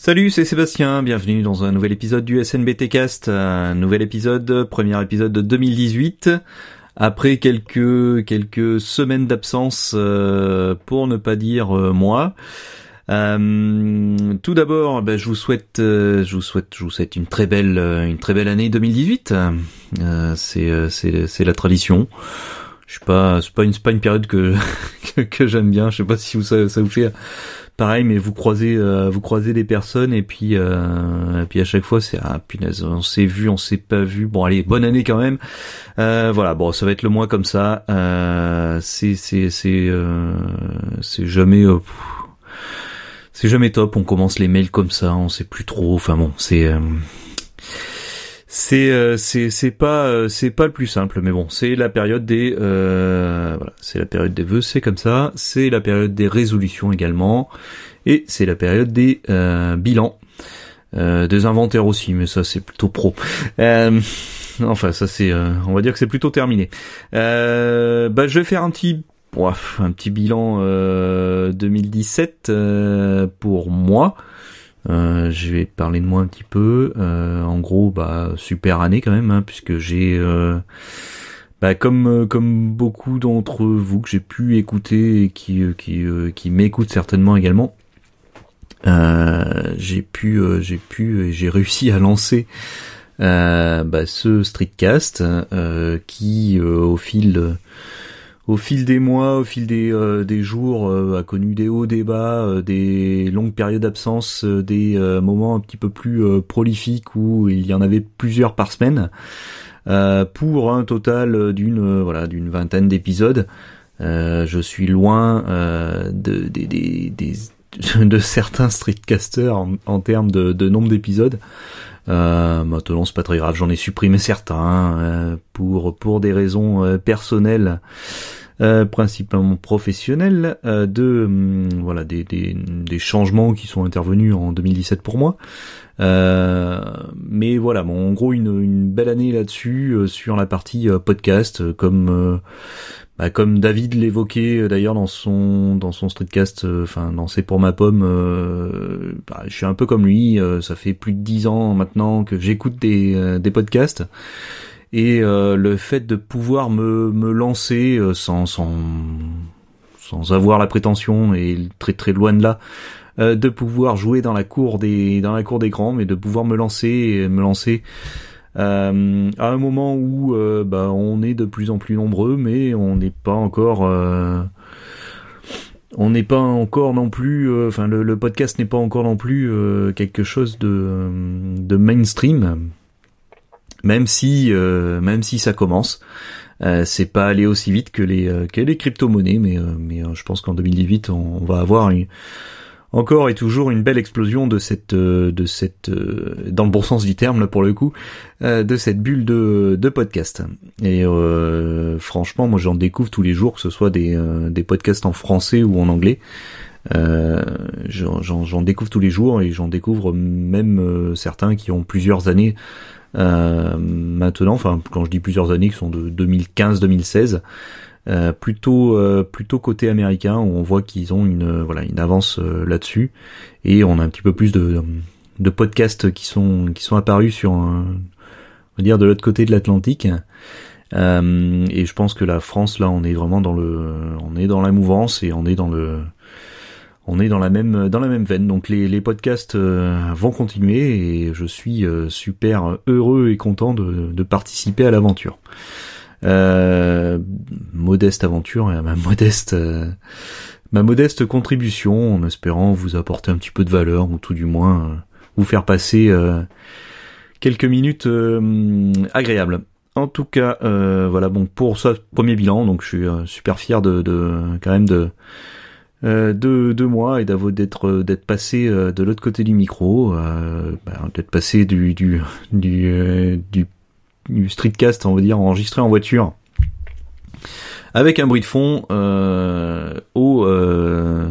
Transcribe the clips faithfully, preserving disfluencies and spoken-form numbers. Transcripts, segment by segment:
Salut, c'est Sébastien, bienvenue dans un nouvel épisode du S N B T Cast, un nouvel épisode, premier épisode de deux mille dix-huit, après quelques quelques semaines d'absence, euh, pour ne pas dire euh, mois. Euh, tout d'abord, ben, je vous souhaite, euh, je vous souhaite, je vous souhaite une très belle, une très belle année deux mille dix-huit. Euh, c'est, euh, c'est, c'est la tradition. Je suis pas, c'est pas une, c'est pas une période que que, que j'aime bien. Je sais pas si vous, ça, ça vous fait pareil, mais vous croisez, euh, vous croisez des personnes et puis, euh, et puis à chaque fois c'est ah punaise, on s'est vu, on s'est pas vu. Bon allez, bonne année quand même. Euh, voilà, bon ça va être le mois comme ça. Euh, c'est, c'est, c'est, euh, c'est jamais, euh, c'est jamais top. On commence les mails comme ça, on sait plus trop. Enfin bon, c'est. Euh, C'est euh, c'est c'est pas euh, c'est pas le plus simple, mais bon, c'est la période des euh, voilà, c'est la période des vœux, c'est comme ça, c'est la période des résolutions également, et c'est la période des euh, bilans, euh, des inventaires aussi, mais ça c'est plutôt pro. Euh, enfin ça c'est, euh, on va dire que c'est plutôt terminé. Euh, bah je vais faire un petit ouaf, un petit bilan euh, deux mille dix-sept euh, pour moi. Euh, je vais parler de moi un petit peu. Euh, en gros, bah super année quand même, hein, puisque j'ai, euh, bah comme comme beaucoup d'entre vous que j'ai pu écouter et qui qui euh, qui m'écoutent certainement également, euh, j'ai pu euh, j'ai pu et j'ai réussi à lancer euh, bah, ce streetcast euh, qui euh, au fil Au fil des mois, au fil des euh, des jours, euh, a connu des hauts, des bas, euh, des longues périodes d'absence, euh, des euh, moments un petit peu plus euh, prolifiques où il y en avait plusieurs par semaine, euh, pour un total d'une euh, voilà d'une vingtaine d'épisodes. Euh, je suis loin euh, de, de, de, de, de certains streetcasters en, en termes de, de nombre d'épisodes. Euh, maintenant c'est pas très grave, j'en ai supprimé certains euh, pour pour des raisons euh, personnelles, euh, principalement professionnelles, euh, de hum, voilà des, des des changements qui sont intervenus en deux mille dix-sept pour moi. Euh, mais voilà, bon, en gros une une belle année là-dessus, euh, sur la partie euh, podcast, euh, comme euh, bah, comme David l'évoquait euh, d'ailleurs dans son dans son streetcast, enfin euh, dans C'est pour ma pomme, euh, bah, je suis un peu comme lui, euh, ça fait plus de dix ans maintenant que j'écoute des euh, des podcasts, et euh, le fait de pouvoir me me lancer euh, sans sans sans avoir la prétention, et très très loin de là, euh, de pouvoir jouer dans la cour des dans la cour des grands, mais de pouvoir me lancer me lancer Euh, à un moment où euh, bah on est de plus en plus nombreux, mais on n'est pas encore euh, on n'est pas encore non plus enfin euh, le, le podcast n'est pas encore non plus euh, quelque chose de de mainstream, même si euh, même si ça commence. Euh, c'est pas aller aussi vite que les euh, que les crypto-monnaies, mais euh, mais euh, je pense qu'en deux mille dix-huit on, on va avoir une encore et toujours une belle explosion de cette de cette dans le bon sens du terme là pour le coup, de cette bulle de de podcast. Et euh, franchement, moi j'en découvre tous les jours, que ce soit des euh, des podcasts en français ou en anglais. Euh, j'en, j'en, j'en découvre tous les jours, et j'en découvre même euh, certains qui ont plusieurs années euh, maintenant. Enfin, quand je dis plusieurs années, qui sont de deux mille quinze deux mille seize. Euh, plutôt euh, plutôt côté américain, où on voit qu'ils ont une euh, voilà une avance euh, là-dessus, et on a un petit peu plus de de podcasts qui sont qui sont apparus sur un, on va dire de l'autre côté de l'Atlantique, euh, et je pense que la France là on est vraiment dans le on est dans la mouvance, et on est dans le on est dans la même dans la même veine. Donc les les podcasts euh, vont continuer, et je suis euh, super heureux et content de de participer à l'aventure. Euh, modeste aventure, et ma modeste euh, ma modeste contribution, en espérant vous apporter un petit peu de valeur, ou tout du moins euh, vous faire passer euh, quelques minutes euh, agréables. En tout cas, euh, voilà, bon, pour ce premier bilan, donc je suis euh, super fier de, de quand même de euh, de, de moi, et d'être d'être passé euh, de l'autre côté du micro, euh, bah, d'être passé du du du, euh, du du streetcast, on va dire, enregistré en voiture avec un bruit de fond, euh, au euh,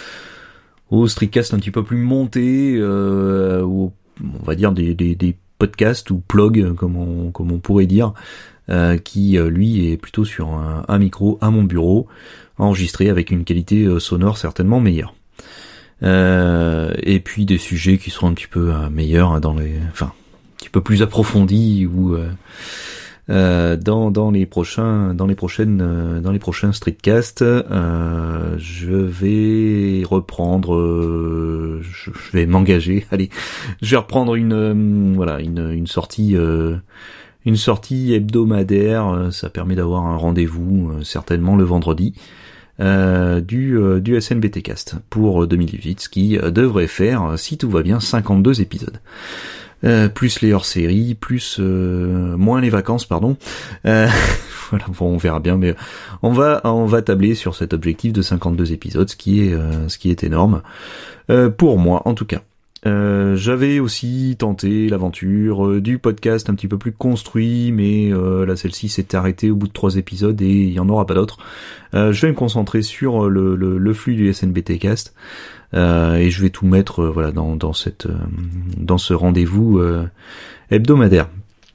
au streetcast un petit peu plus monté, euh, ou on va dire des des des podcasts ou blogs, comme on comme on pourrait dire, euh, qui lui est plutôt sur un, un micro à mon bureau, enregistré avec une qualité sonore certainement meilleure. Euh, et puis des sujets qui seront un petit peu euh, meilleurs dans les, enfin, un petit peu plus approfondis ou euh, euh, dans dans les prochains, dans les prochaines, euh, dans les prochains streetcasts. Euh, je vais reprendre, euh, je, je vais m'engager. Allez, je vais reprendre une, euh, voilà, une une sortie. Euh, Une sortie hebdomadaire, ça permet d'avoir un rendez-vous euh, certainement le vendredi euh, du euh, du S N B T Cast pour deux mille dix-huit, ce qui euh, devrait faire, si tout va bien, cinquante-deux épisodes. Euh, plus les hors-séries, plus euh, moins les vacances, pardon. Euh, voilà, bon, on verra bien, mais on va on va tabler sur cet objectif de cinquante-deux épisodes, ce qui est euh, ce qui est énorme euh, pour moi en tout cas. Euh, j'avais aussi tenté l'aventure euh, du podcast un petit peu plus construit, mais euh, là celle-ci s'est arrêtée au bout de trois épisodes et il y en aura pas d'autres. Euh, je vais me concentrer sur le, le, le flux du S N B T Cast euh, et je vais tout mettre euh, voilà dans, dans cette euh, dans ce rendez-vous euh, hebdomadaire.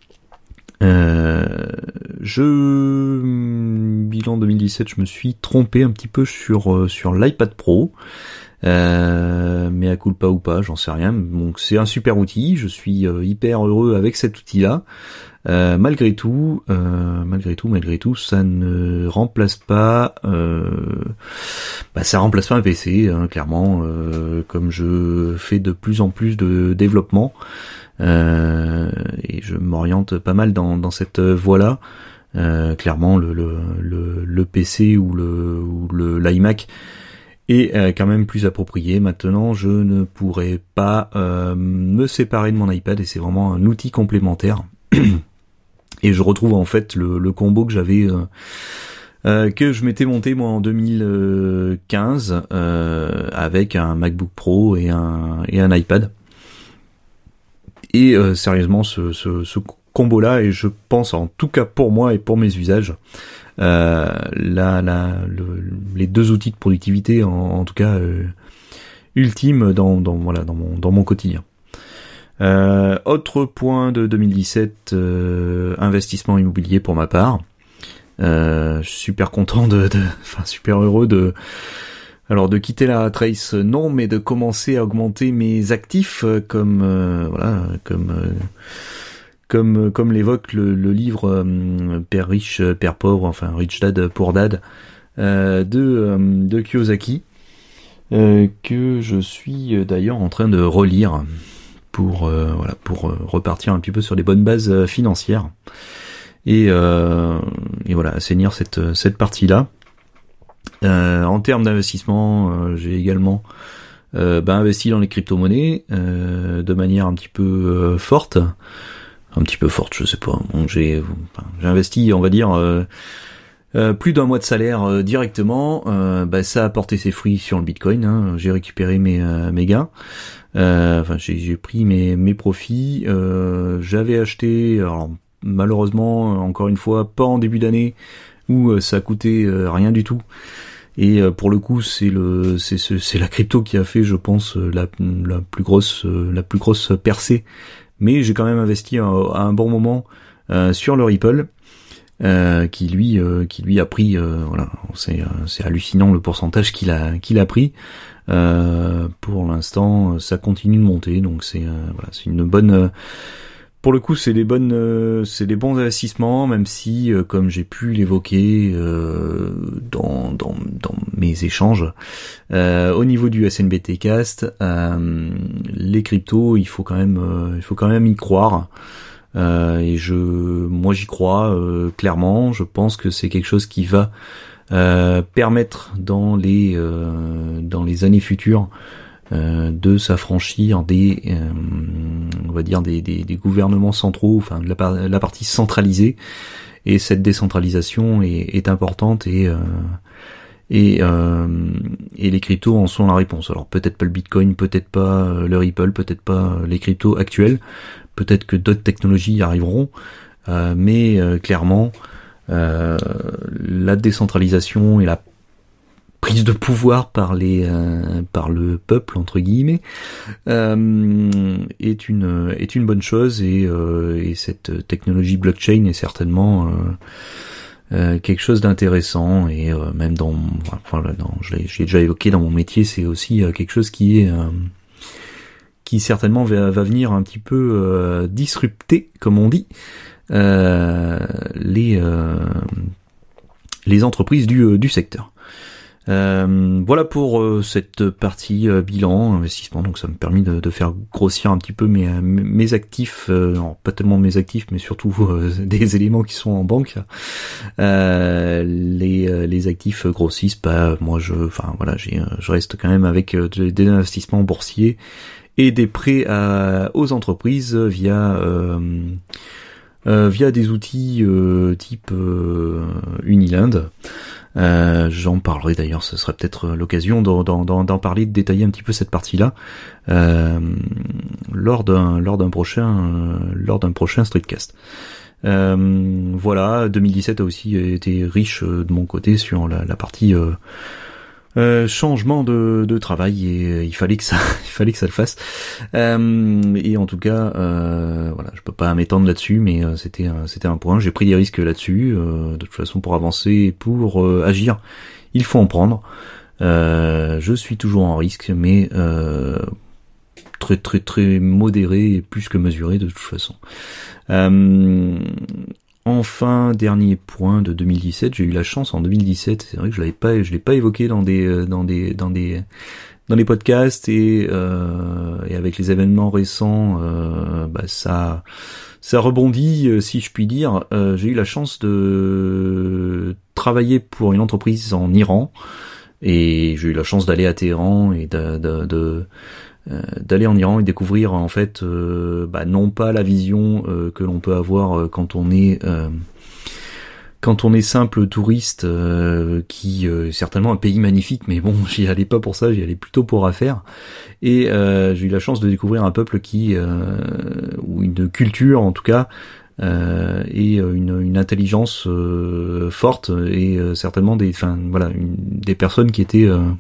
Euh, je bilan deux mille dix-sept, je me suis trompé un petit peu sur euh, sur l'iPad Pro. Euh, mais à culpa ou pas, j'en sais rien. Donc c'est un super outil, je suis euh, hyper heureux avec cet outil-là. Euh, malgré tout, euh, malgré tout, malgré tout, ça ne remplace pas, euh, bah ça remplace pas un P C, hein, clairement. Euh, comme je fais de plus en plus de développement euh, et je m'oriente pas mal dans dans cette voie-là. Euh, clairement, le le le, le P C ou le ou le l'iMac et euh, quand même plus approprié. Maintenant, je ne pourrais pas euh, me séparer de mon iPad et c'est vraiment un outil complémentaire. Et je retrouve en fait le, le combo que j'avais, euh, euh, que je m'étais monté moi en deux mille quinze euh, avec un MacBook Pro et un et un iPad. Et euh, sérieusement, ce, ce, ce combo-là, et je pense en tout cas pour moi et pour mes usages, Euh, la, la, le, les deux outils de productivité en, en tout cas euh, ultimes dans, dans voilà dans mon dans mon quotidien. Euh, autre point de deux mille dix-sept, euh, investissement immobilier pour ma part. Euh, je suis super content de, de, enfin super heureux de, alors de quitter la Trace non, mais de commencer à augmenter mes actifs comme euh, voilà comme euh, Comme comme l'évoque le, le livre euh, Père riche, Père pauvre, enfin Rich Dad Poor Dad euh, de euh, de Kiyosaki euh, que je suis d'ailleurs en train de relire pour euh, voilà pour euh, repartir un petit peu sur les bonnes bases euh, financières et euh, et voilà assainir cette cette partie-là. Euh, en termes d'investissement, euh, j'ai également euh, bah, investi dans les crypto-monnaies euh, de manière un petit peu euh, forte. un petit peu forte, je sais pas. Bon, j'ai, enfin, j'ai investi, on va dire, euh, euh, plus d'un mois de salaire euh, directement. Euh, bah, ça a porté ses fruits sur le Bitcoin. Hein. J'ai récupéré mes, euh, mes gains. Euh, enfin, j'ai, j'ai pris mes, mes profits. Euh, j'avais acheté, alors malheureusement, encore une fois, pas en début d'année où euh, ça a coûté euh, rien du tout. Et euh, pour le coup, c'est le, c'est, c'est, c'est la crypto qui a fait, je pense, la, la plus grosse, la plus grosse percée. Mais j'ai quand même investi à, à un bon moment euh, sur le Ripple, euh, qui lui, euh, qui lui a pris, euh, voilà, c'est, c'est hallucinant le pourcentage qu'il a, qu'il a pris. Euh, pour l'instant, ça continue de monter, donc c'est, euh, voilà, c'est une bonne. Euh, pour le coup, c'est des bonnes, euh, c'est des bons investissements, même si, euh, comme j'ai pu l'évoquer euh, dans, dans, dans mes échanges, euh, au niveau du S N B T Cast, euh, les cryptos, il faut quand même, euh, il faut quand même y croire. Euh, et je, moi, j'y crois euh, clairement. Je pense que c'est quelque chose qui va euh, permettre dans les, euh, dans les années futures. Euh, de s'affranchir des, euh, on va dire des, des, des gouvernements centraux, enfin de la, par- la partie centralisée, et cette décentralisation est, est importante et euh, et euh, et les cryptos en sont la réponse. Alors peut-être pas le Bitcoin, peut-être pas le Ripple, peut-être pas les cryptos actuels, peut-être que d'autres technologies arriveront, euh, mais euh, clairement euh, la décentralisation et la prise de pouvoir par les euh, par le peuple entre guillemets euh, est une est une bonne chose et euh, et cette technologie blockchain est certainement euh, euh, quelque chose d'intéressant et euh, même dans, enfin, dans je l'ai, j'ai déjà évoqué dans mon métier, c'est aussi euh, quelque chose qui est euh, qui certainement va, va venir un petit peu euh, disrupter, comme on dit, euh, les euh, les entreprises du du secteur. Euh, voilà pour euh, cette partie euh, bilan, investissement, donc ça me permet de, de faire grossir un petit peu mes, mes actifs, euh, non, pas tellement mes actifs, mais surtout euh, des éléments qui sont en banque. Euh, les, les actifs grossissent, bah moi je, enfin voilà, j'ai, je reste quand même avec euh, des investissements boursiers et des prêts à, aux entreprises via euh, euh, via des outils euh, type euh, Uniland. Euh, j'en parlerai d'ailleurs, ce sera peut-être l'occasion d'en, d'en, d'en parler, de détailler un petit peu cette partie-là euh, lors d'un lors d'un prochain euh, lors d'un prochain streetcast. Euh, voilà, deux mille dix-sept a aussi été riche de mon côté sur la, la partie euh, euh, changement de, de travail et euh, il fallait que ça il fallait que ça le fasse. Euh, et en tout cas, euh, voilà, je peux pas m'étendre là-dessus, mais euh, c'était un, c'était un point. J'ai pris des risques là-dessus. Euh, de toute façon, pour avancer et pour euh, agir, il faut en prendre. Euh, je suis toujours en risque, mais euh, très très très modéré et plus que mesuré de toute façon. Euh, Enfin, dernier point de deux mille dix-sept, j'ai eu la chance en deux mille dix-sept, c'est vrai que je l'avais pas, je l'ai pas évoqué dans des, dans des, dans des, dans les podcasts et, euh, et avec les événements récents, euh, bah ça, ça rebondit, si je puis dire. Euh, j'ai eu la chance de travailler pour une entreprise en Iran et j'ai eu la chance d'aller à Téhéran et de, de, de Euh, d'aller en Iran et découvrir en fait euh, bah, non pas la vision euh, que l'on peut avoir euh, quand on est euh, quand on est simple touriste euh, qui euh, est certainement un pays magnifique, mais bon, j'y allais pas pour ça, j'y allais plutôt pour affaires. Et euh, j'ai eu la chance de découvrir un peuple qui euh, ou une culture en tout cas euh, et une, une intelligence euh, forte et euh, certainement des enfin voilà une, des personnes qui étaient euh,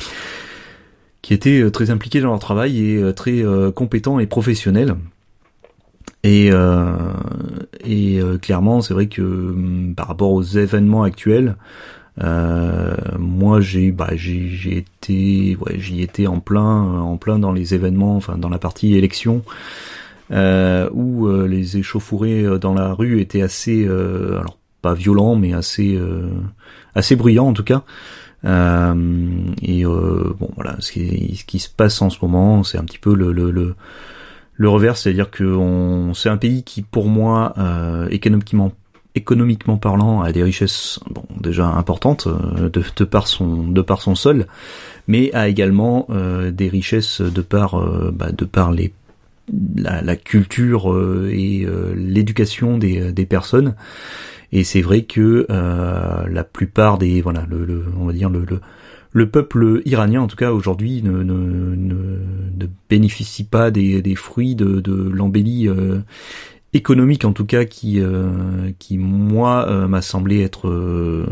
qui étaient très impliqués dans leur travail et très euh, compétents et professionnels. Et, euh, et euh, clairement, c'est vrai que par rapport aux événements actuels, euh, moi j'ai, bah, j'ai, j'ai été, ouais, j'y étais en plein, en plein dans les événements, enfin dans la partie élection, euh, où euh, les échauffourées dans la rue étaient assez, euh, alors pas violents, mais assez, euh, assez bruyants en tout cas. Euh, et euh, bon voilà, ce qui, ce qui se passe en ce moment, c'est un petit peu le le le, le revers, c'est-à-dire que on, c'est un pays qui, pour moi, euh, économiquement économiquement parlant, a des richesses bon déjà importantes euh, de, de par son de par son sol, mais a également euh, des richesses de par euh, bah, de par les la, la culture euh, et euh, l'éducation des des personnes. Et c'est vrai que euh, la plupart des voilà le, le on va dire le, le le peuple iranien en tout cas aujourd'hui ne ne ne, ne bénéficie pas des des fruits de de l'embellie euh, économique en tout cas qui euh, qui moi euh, m'a semblé être euh,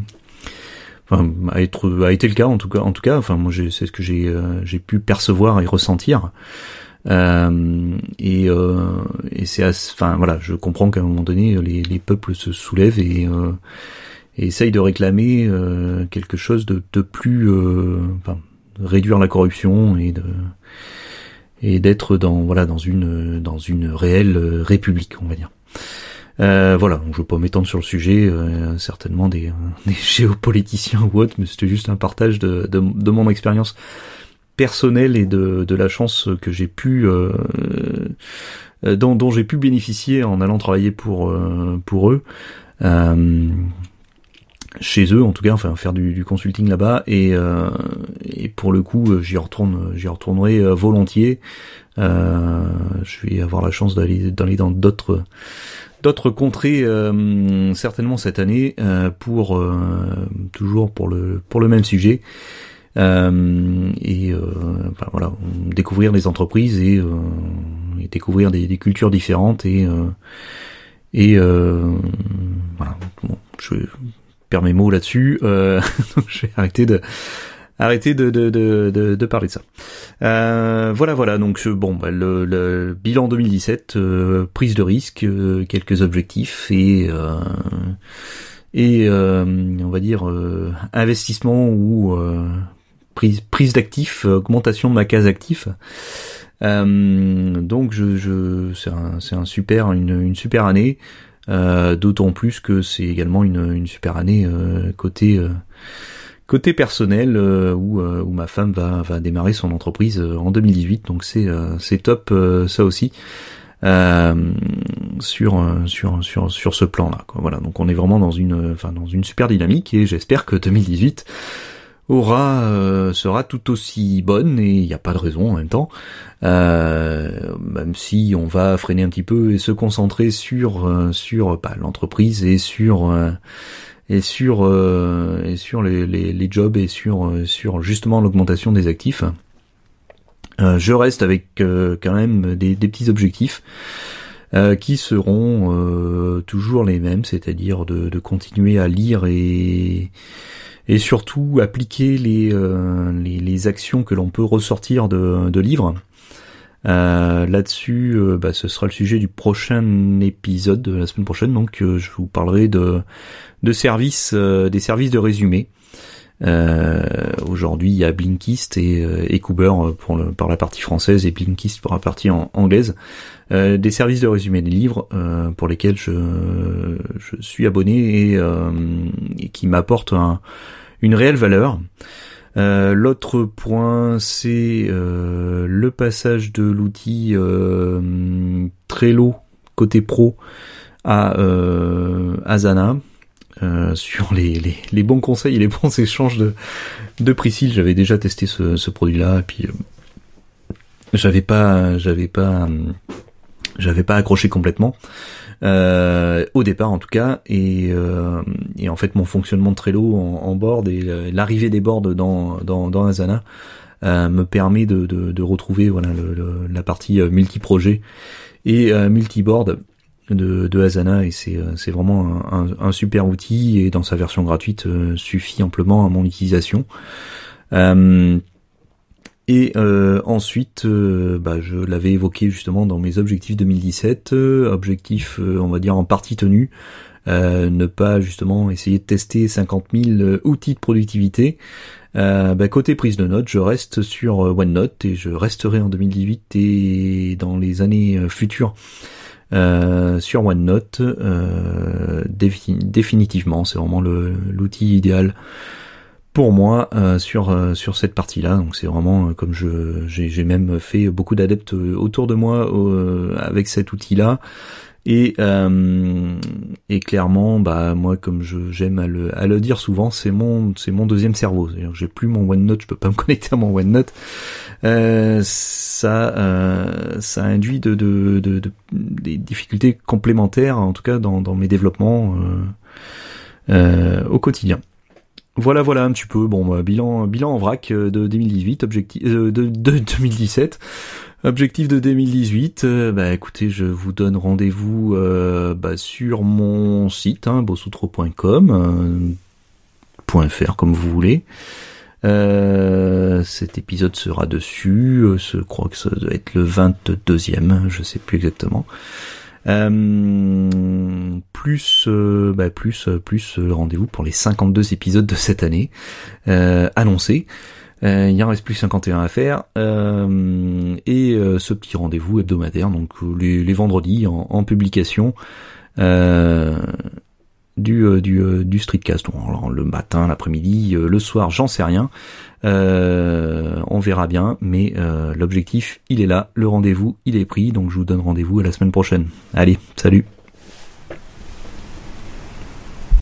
enfin a être a été le cas en tout cas en tout cas enfin moi j'ai, c'est ce que j'ai euh, j'ai pu percevoir et ressentir. Euh, et, euh, et c'est assez, enfin voilà, je comprends qu'à un moment donné les, les peuples se soulèvent et, euh, et essayent de réclamer euh, quelque chose de, de plus, euh, enfin réduire la corruption et de et d'être dans voilà dans une dans une réelle république, on va dire. Euh, voilà, donc je veux pas m'étendre sur le sujet, euh, certainement des, des géopoliticiens ou autres, mais c'était juste un partage de, de, de mon expérience personnel et de, de la chance que j'ai pu euh, dont, dont j'ai pu bénéficier en allant travailler pour euh, pour eux euh, chez eux en tout cas, enfin faire du, du consulting là-bas et euh, et pour le coup j'y retourne j'y retournerai volontiers. Euh, je vais avoir la chance d'aller d'aller dans d'autres d'autres contrées euh, certainement cette année euh, pour euh, toujours pour le pour le même sujet. Euh, et euh, enfin, voilà, découvrir les entreprises et, euh, et découvrir des, des cultures différentes et euh, et euh, voilà. Bon, je perds mes mots là-dessus. Euh, donc je vais arrêter de arrêter de de de de, de parler de ça. Euh, voilà voilà. Donc bon, bah, le, le bilan deux mille dix-sept, euh, prise de risque, euh, quelques objectifs et euh, et euh, on va dire euh, investissement ou euh, prise prise d'actifs, augmentation de ma case actif. Euh, donc je, je c'est un c'est un super une une super année, euh, d'autant plus que c'est également une une super année euh, côté euh, côté personnel euh, où euh, où ma femme va va démarrer son entreprise euh, en deux mille dix-huit. Donc c'est euh, c'est top euh, ça aussi. Euh, sur sur sur sur ce plan-là, quoi. Voilà, donc on est vraiment dans une enfin dans une super dynamique et j'espère que deux mille dix-huit aura euh, sera tout aussi bonne et il n'y a pas de raison en même temps, euh, même si on va freiner un petit peu et se concentrer sur euh, sur bah, l'entreprise et sur euh, et sur euh, et sur les, les les jobs et sur euh, sur justement l'augmentation des actifs. Euh, je reste avec euh, quand même des, des petits objectifs euh, qui seront euh, toujours les mêmes, c'est-à-dire de, de continuer à lire et et surtout appliquer les euh, les, les actions que l'on peut ressortir de, de livres. Euh, là-dessus, euh, bah, ce sera le sujet du prochain épisode de la semaine prochaine. Donc, euh, je vous parlerai de de services, euh, des services de résumé. Euh, aujourd'hui, il y a Blinkist et, euh, et Cooper pour le, par la partie française et Blinkist pour la partie en, anglaise. Euh, des services de résumé des livres euh, pour lesquels je, je suis abonné et, euh, et qui m'apportent un, une réelle valeur. Euh, l'autre point, c'est euh, le passage de l'outil euh, Trello côté pro à euh, Asana. Euh, sur les, les, les bons conseils et les bons échanges de, de Priscille. J'avais déjà testé ce, ce produit-là et puis euh, j'avais pas j'avais pas j'avais pas accroché complètement euh, au départ en tout cas et, euh, et en fait mon fonctionnement de Trello en, en board et l'arrivée des boards dans dans, dans Asana euh, me permet de, de, de retrouver voilà le, le, la partie multi-projet et euh, multi-board de, de Asana et c'est c'est vraiment un, un, un super outil et dans sa version gratuite euh, suffit amplement à mon utilisation. Euh, et euh, ensuite, euh, bah, je l'avais évoqué justement dans mes objectifs deux mille dix-sept, euh, objectif euh, on va dire en partie tenu, euh, ne pas justement essayer de tester cinquante mille outils de productivité. Euh, bah, côté prise de notes, je reste sur OneNote et je resterai en deux mille dix-huit et dans les années futures Euh, sur OneNote, euh, défi- définitivement, c'est vraiment le, l'outil idéal pour moi euh, sur euh, sur cette partie-là. Donc c'est vraiment euh, comme je j'ai, j'ai même fait beaucoup d'adeptes autour de moi euh, avec cet outil-là. Et euh, et clairement, bah moi comme je j'aime à le à le dire souvent, c'est mon c'est mon deuxième cerveau. C'est-à-dire que j'ai plus mon OneNote, je peux pas me connecter à mon OneNote. Euh, ça euh, ça induit de, de de de des difficultés complémentaires, en tout cas dans dans mes développements euh, euh, au quotidien. Voilà, voilà un petit peu. Bon, bah, bilan, bilan en vrac de deux mille dix-huit, objectif euh, de, de deux mille dix-sept, objectif de deux mille dix-huit. Euh, bah, écoutez, je vous donne rendez-vous euh, bah, sur mon site, hein, bossutro point com, euh, .fr comme vous voulez. Euh, cet épisode sera dessus. Je crois que ça doit être le vingt-deuxième, je sais plus exactement. Euh, plus euh, bah plus plus euh, rendez-vous pour les cinquante-deux épisodes de cette année euh, annoncés. Euh, il y en reste plus cinquante et un à faire euh, et euh, ce petit rendez-vous hebdomadaire donc les, les vendredis en, en publication euh, du euh, du euh, du streetcast. Donc, alors, le matin, l'après-midi, euh, le soir, j'en sais rien. Euh, on verra bien, mais euh, l'objectif, il est là, le rendez-vous, il est pris, donc je vous donne rendez-vous à la semaine prochaine. Allez, salut!